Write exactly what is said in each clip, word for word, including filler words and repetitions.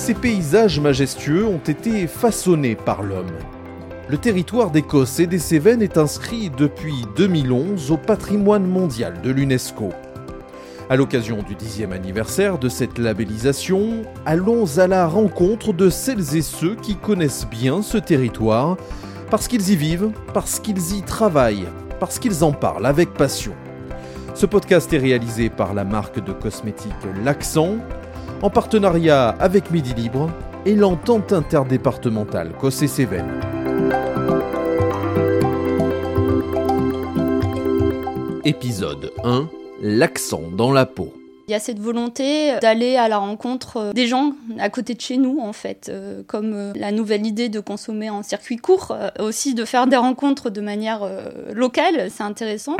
Ces paysages majestueux ont été façonnés par l'homme. Le territoire d'Écosse et des Cévennes est inscrit depuis deux mille onze au patrimoine mondial de l'UNESCO. À l'occasion du dixième anniversaire de cette labellisation, allons à la rencontre de celles et ceux qui connaissent bien ce territoire, parce qu'ils y vivent, parce qu'ils y travaillent, parce qu'ils en parlent avec passion. Ce podcast est réalisé par la marque de cosmétiques L'Accent, en partenariat avec Midi Libre et l'entente interdépartementale Cosse-et-Cévennes. Épisode un. L'accent dans la peau. Il y a cette volonté d'aller à la rencontre des gens à côté de chez nous, en fait, euh, comme euh, la nouvelle idée de consommer en circuit court, euh, aussi de faire des rencontres de manière euh, locale, c'est intéressant.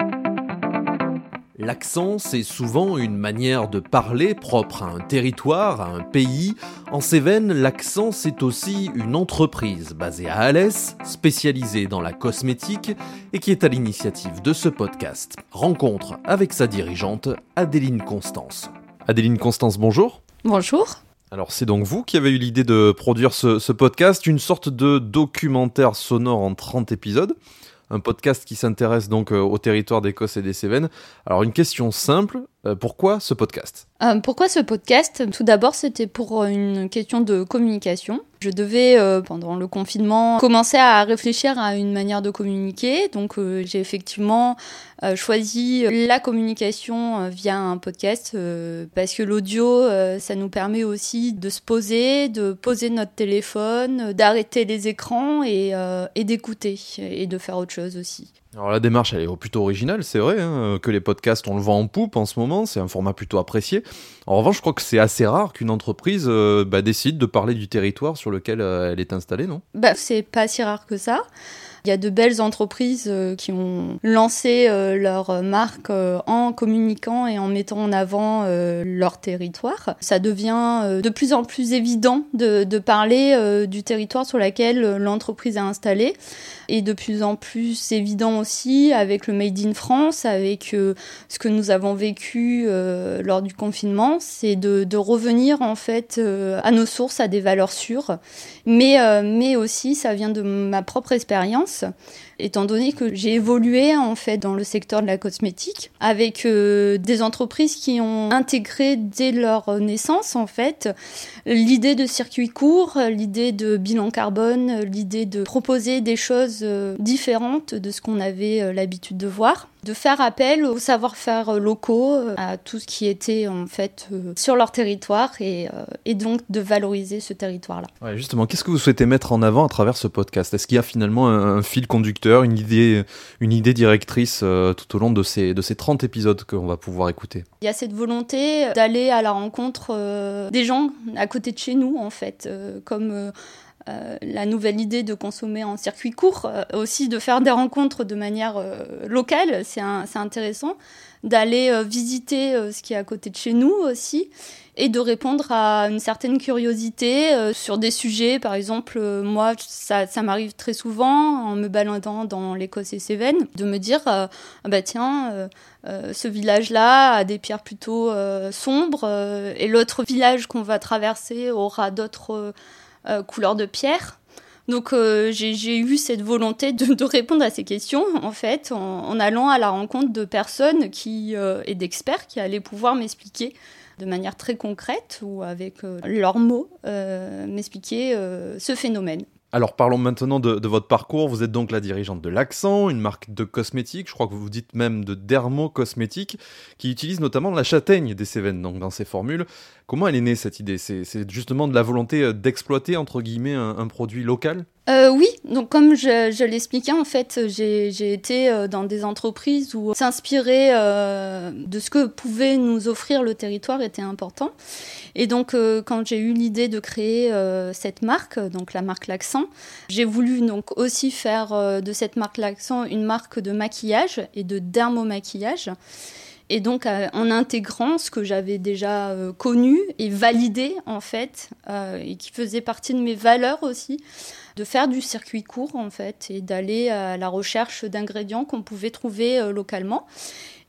L'accent, c'est souvent une manière de parler propre à un territoire, à un pays. En Cévennes, l'accent, c'est aussi une entreprise basée à Alès, spécialisée dans la cosmétique et qui est à l'initiative de ce podcast. Rencontre avec sa dirigeante, Adéline Constance. Adéline Constance, bonjour. Bonjour. Alors c'est donc vous qui avez eu l'idée de produire ce, ce podcast, une sorte de documentaire sonore en trente épisodes. Un podcast qui s'intéresse donc au territoire d'Écosse et des Cévennes. Alors une question simple, euh, pourquoi ce podcast ? Euh, pourquoi ce podcast ? Tout d'abord, c'était pour une question de communication. Je devais, euh, pendant le confinement, commencer à réfléchir à une manière de communiquer. Donc euh, j'ai effectivement euh, choisi la communication euh, via un podcast euh, parce que l'audio, euh, ça nous permet aussi de se poser, de poser notre téléphone, d'arrêter les écrans et, euh, et d'écouter et de faire autre chose aussi. Alors la démarche, elle est plutôt originale, c'est vrai, hein, que les podcasts, on le vend en poupe en ce moment, c'est un format plutôt apprécié. En revanche, je crois que c'est assez rare qu'une entreprise euh, bah, décide de parler du territoire sur lequel euh, elle est installée, non ? Bah, c'est pas si rare que ça. Il y a de belles entreprises euh, qui ont lancé euh, leur marque euh, en communiquant et en mettant en avant euh, leur territoire. Ça devient euh, de plus en plus évident de, de parler euh, du territoire sur lequel l'entreprise est installée et de plus en plus évident aussi avec le Made in France, avec euh, ce que nous avons vécu euh, lors du confinement, c'est de, de revenir en fait euh, à nos sources, à des valeurs sûres. Mais, euh, mais aussi, ça vient de ma propre expérience, étant donné que j'ai évolué en fait dans le secteur de la cosmétique avec euh, des entreprises qui ont intégré dès leur naissance en fait l'idée de circuit court, l'idée de bilan carbone, l'idée de proposer des choses euh, différentes de ce qu'on avait euh, l'habitude de voir, de faire appel aux savoir-faire locaux, euh, à tout ce qui était en fait euh, sur leur territoire et, euh, et donc de valoriser ce territoire-là. Ouais, justement, qu'est-ce que vous souhaitez mettre en avant à travers ce podcast ? Est-ce qu'il y a finalement un, un fil conducteur, une idée, une idée directrice euh, tout au long de ces, de ces trente épisodes qu'on va pouvoir écouter ? Il y a cette volonté d'aller à la rencontre euh, des gens à côté de chez nous, en fait, euh, comme euh, euh, la nouvelle idée de consommer en circuit court, euh, aussi de faire des rencontres de manière euh, locale, c'est, un, c'est intéressant, d'aller euh, visiter euh, ce qui est à côté de chez nous aussi, et de répondre à une certaine curiosité euh, sur des sujets. Par exemple, euh, moi, ça, ça m'arrive très souvent, en me baladant dans les Cosse-et-Cévennes, de me dire, euh, ah bah tiens, euh, euh, ce village-là a des pierres plutôt euh, sombres, euh, et l'autre village qu'on va traverser aura d'autres euh, euh, couleurs de pierres. Donc euh, j'ai, j'ai eu cette volonté de, de répondre à ces questions, en fait, en, en allant à la rencontre de personnes qui, euh, et d'experts qui allaient pouvoir m'expliquer de manière très concrète ou avec euh, leurs mots, euh, m'expliquer euh, ce phénomène. Alors parlons maintenant de, de votre parcours. Vous êtes donc la dirigeante de L'Accent, une marque de cosmétiques, je crois que vous vous dites même de dermo-cosmétiques, qui utilise notamment la châtaigne des Cévennes donc dans ses formules. Comment elle est née cette idée ? c'est, c'est justement de la volonté d'exploiter entre guillemets un, un produit local ? Euh, oui, donc comme je, je l'expliquais, en fait, j'ai, j'ai été euh, dans des entreprises où s'inspirer euh, de ce que pouvait nous offrir le territoire était important. Et donc, euh, quand j'ai eu l'idée de créer euh, cette marque, donc la marque L'Accent, j'ai voulu donc aussi faire euh, de cette marque L'Accent une marque de maquillage et de dermomaquillage. Et donc, euh, en intégrant ce que j'avais déjà euh, connu et validé, en fait, euh, et qui faisait partie de mes valeurs aussi, de faire du circuit court, en fait, et d'aller à la recherche d'ingrédients qu'on pouvait trouver euh, localement.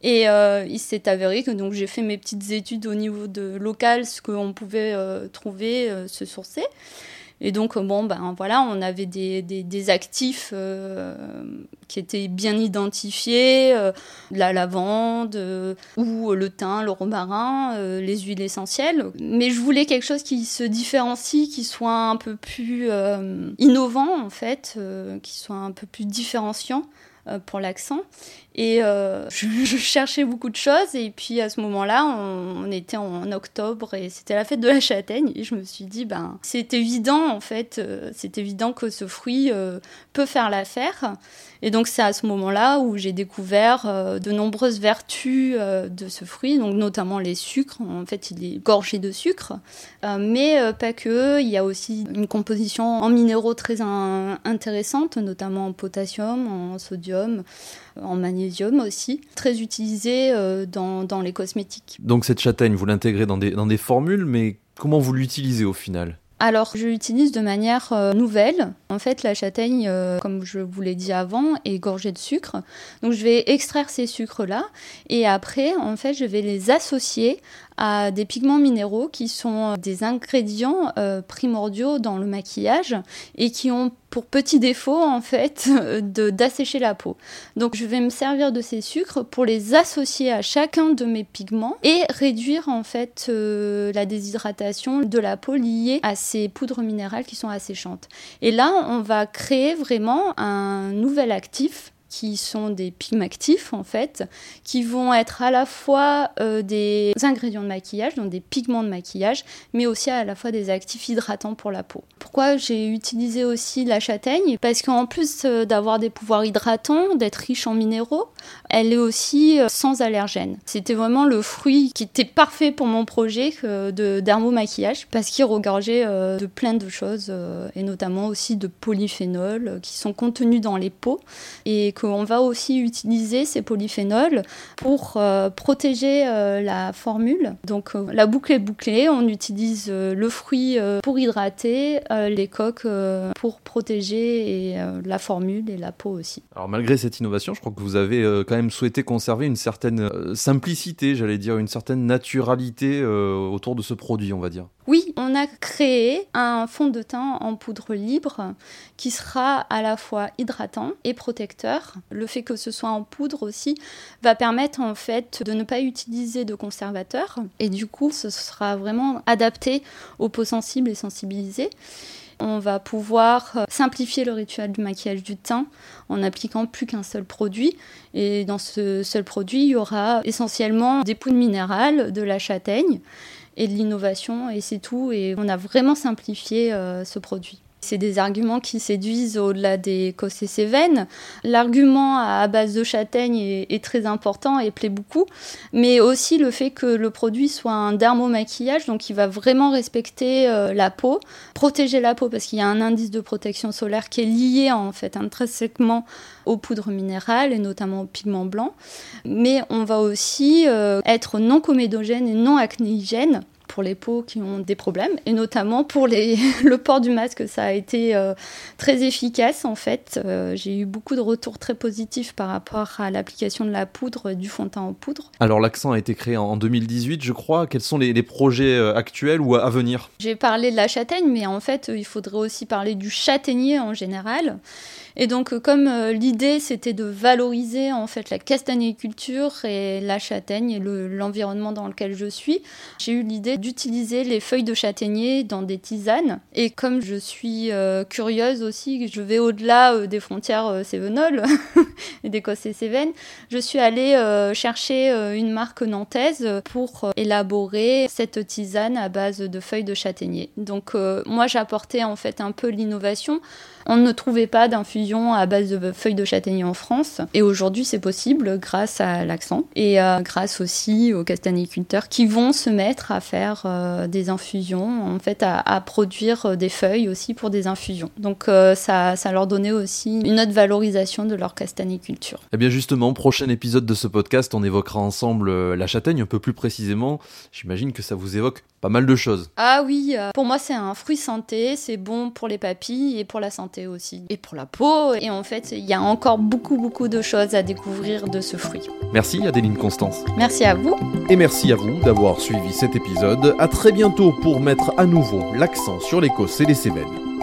Et euh, il s'est avéré que donc, j'ai fait mes petites études au niveau de local, ce qu'on pouvait euh, trouver, euh, se sourcer. Et donc, bon, ben voilà, on avait des, des, des actifs euh, qui étaient bien identifiés, euh, la lavande, euh, ou le thym, le romarin, euh, les huiles essentielles. Mais je voulais quelque chose qui se différencie, qui soit un peu plus euh, innovant, en fait, euh, qui soit un peu plus différenciant euh, pour l'accent. Et euh, je, je cherchais beaucoup de choses, et puis à ce moment-là, on, on était en octobre et c'était la fête de la châtaigne, et je me suis dit, ben, c'est évident en fait, euh, c'est évident que ce fruit euh, peut faire l'affaire. Et donc c'est à ce moment-là où j'ai découvert euh, de nombreuses vertus euh, de ce fruit, donc notamment les sucres. En fait, il est gorgé de sucre, euh, mais euh, pas que. Il y a aussi une composition en minéraux très in- intéressante, notamment en potassium, en sodium, en magnésium aussi, très utilisé euh, dans, dans les cosmétiques. Donc cette châtaigne, vous l'intégrez dans des, dans des formules, mais comment vous l'utilisez au final ? Alors, je l'utilise de manière euh, nouvelle. En fait, la châtaigne, euh, comme je vous l'ai dit avant, est gorgée de sucre. Donc, je vais extraire ces sucres-là et après, en fait, je vais les associer à des pigments minéraux qui sont des ingrédients euh, primordiaux dans le maquillage et qui ont pour petit défaut, en fait, de, d'assécher la peau. Donc, je vais me servir de ces sucres pour les associer à chacun de mes pigments et réduire, en fait, euh, la déshydratation de la peau liée à ces poudres minérales qui sont asséchantes. Et là, on va créer vraiment un nouvel actif qui sont des pigmactifs en fait, qui vont être à la fois euh, des ingrédients de maquillage, donc des pigments de maquillage, mais aussi à la fois des actifs hydratants pour la peau. Pourquoi j'ai utilisé aussi la châtaigne ? Parce qu'en plus euh, d'avoir des pouvoirs hydratants, d'être riche en minéraux, elle est aussi euh, sans allergènes. C'était vraiment le fruit qui était parfait pour mon projet euh, de dermomaquillage, parce qu'il regorgeait euh, de plein de choses, euh, et notamment aussi de polyphénols euh, qui sont contenus dans les peaux, et que on va aussi utiliser ces polyphénols pour euh, protéger euh, la formule. Donc euh, la boucle est bouclée, on utilise euh, le fruit euh, pour hydrater, euh, les coques euh, pour protéger et euh, la formule et la peau aussi. Alors malgré cette innovation, je crois que vous avez euh, quand même souhaité conserver une certaine euh, simplicité, j'allais dire, une certaine naturalité euh, autour de ce produit, on va dire. Oui, on a créé un fond de teint en poudre libre qui sera à la fois hydratant et protecteur. Le fait que ce soit en poudre aussi va permettre en fait de ne pas utiliser de conservateur et du coup ce sera vraiment adapté aux peaux sensibles et sensibilisées. On va pouvoir simplifier le rituel du maquillage du teint en n'appliquant plus qu'un seul produit. Et dans ce seul produit, il y aura essentiellement des poudres minérales, de la châtaigne et de l'innovation, et c'est tout. Et on a vraiment simplifié euh, ce produit. C'est des arguments qui séduisent au-delà des Cossé Cévennes. L'argument à base de châtaigne est, est très important et plaît beaucoup, mais aussi le fait que le produit soit un dermomaquillage, donc il va vraiment respecter euh, la peau, protéger la peau parce qu'il y a un indice de protection solaire qui est lié en fait intrinsèquement aux poudres minérales et notamment aux pigments blancs. Mais on va aussi euh, être non comédogène et non acnéigène pour les peaux qui ont des problèmes, et notamment pour les, le port du masque, ça a été euh, très efficace en fait. Euh, j'ai eu beaucoup de retours très positifs par rapport à l'application de la poudre, du fond de teint en poudre. Alors l'accent a été créé en deux mille dix-huit, je crois. Quels sont les, les projets actuels ou à venir ? J'ai parlé de la châtaigne, mais en fait, il faudrait aussi parler du châtaignier en général. Et donc, comme euh, l'idée, c'était de valoriser en fait la castagniculture et la châtaigne et le, l'environnement dans lequel je suis, j'ai eu l'idée d'utiliser les feuilles de châtaignier dans des tisanes. Et comme je suis euh, curieuse aussi, je vais au-delà euh, des frontières euh, cévenoles et des Cossé Cévennes, je suis allée euh, chercher euh, une marque nantaise pour euh, élaborer cette tisane à base de feuilles de châtaignier. Donc, euh, moi, j'apportais en fait un peu l'innovation. On ne trouvait pas d'infusion à base de feuilles de châtaignier en France. Et aujourd'hui, c'est possible grâce à l'accent et euh, grâce aussi aux castagniculteurs qui vont se mettre à faire euh, des infusions, en fait, à, à produire des feuilles aussi pour des infusions. Donc, euh, ça, ça leur donnait aussi une autre valorisation de leur castagniculture. Eh bien justement, prochain épisode de ce podcast, on évoquera ensemble la châtaigne un peu plus précisément. J'imagine que ça vous évoque pas mal de choses. Ah oui, euh, pour moi c'est un fruit santé, c'est bon pour les papilles et pour la santé aussi, et pour la peau. Et en fait, il y a encore beaucoup beaucoup de choses à découvrir de ce fruit. Merci Adéline Constance. Merci à vous. Et merci à vous d'avoir suivi cet épisode. À très bientôt pour mettre à nouveau l'accent sur l'Écosse et les Cévennes.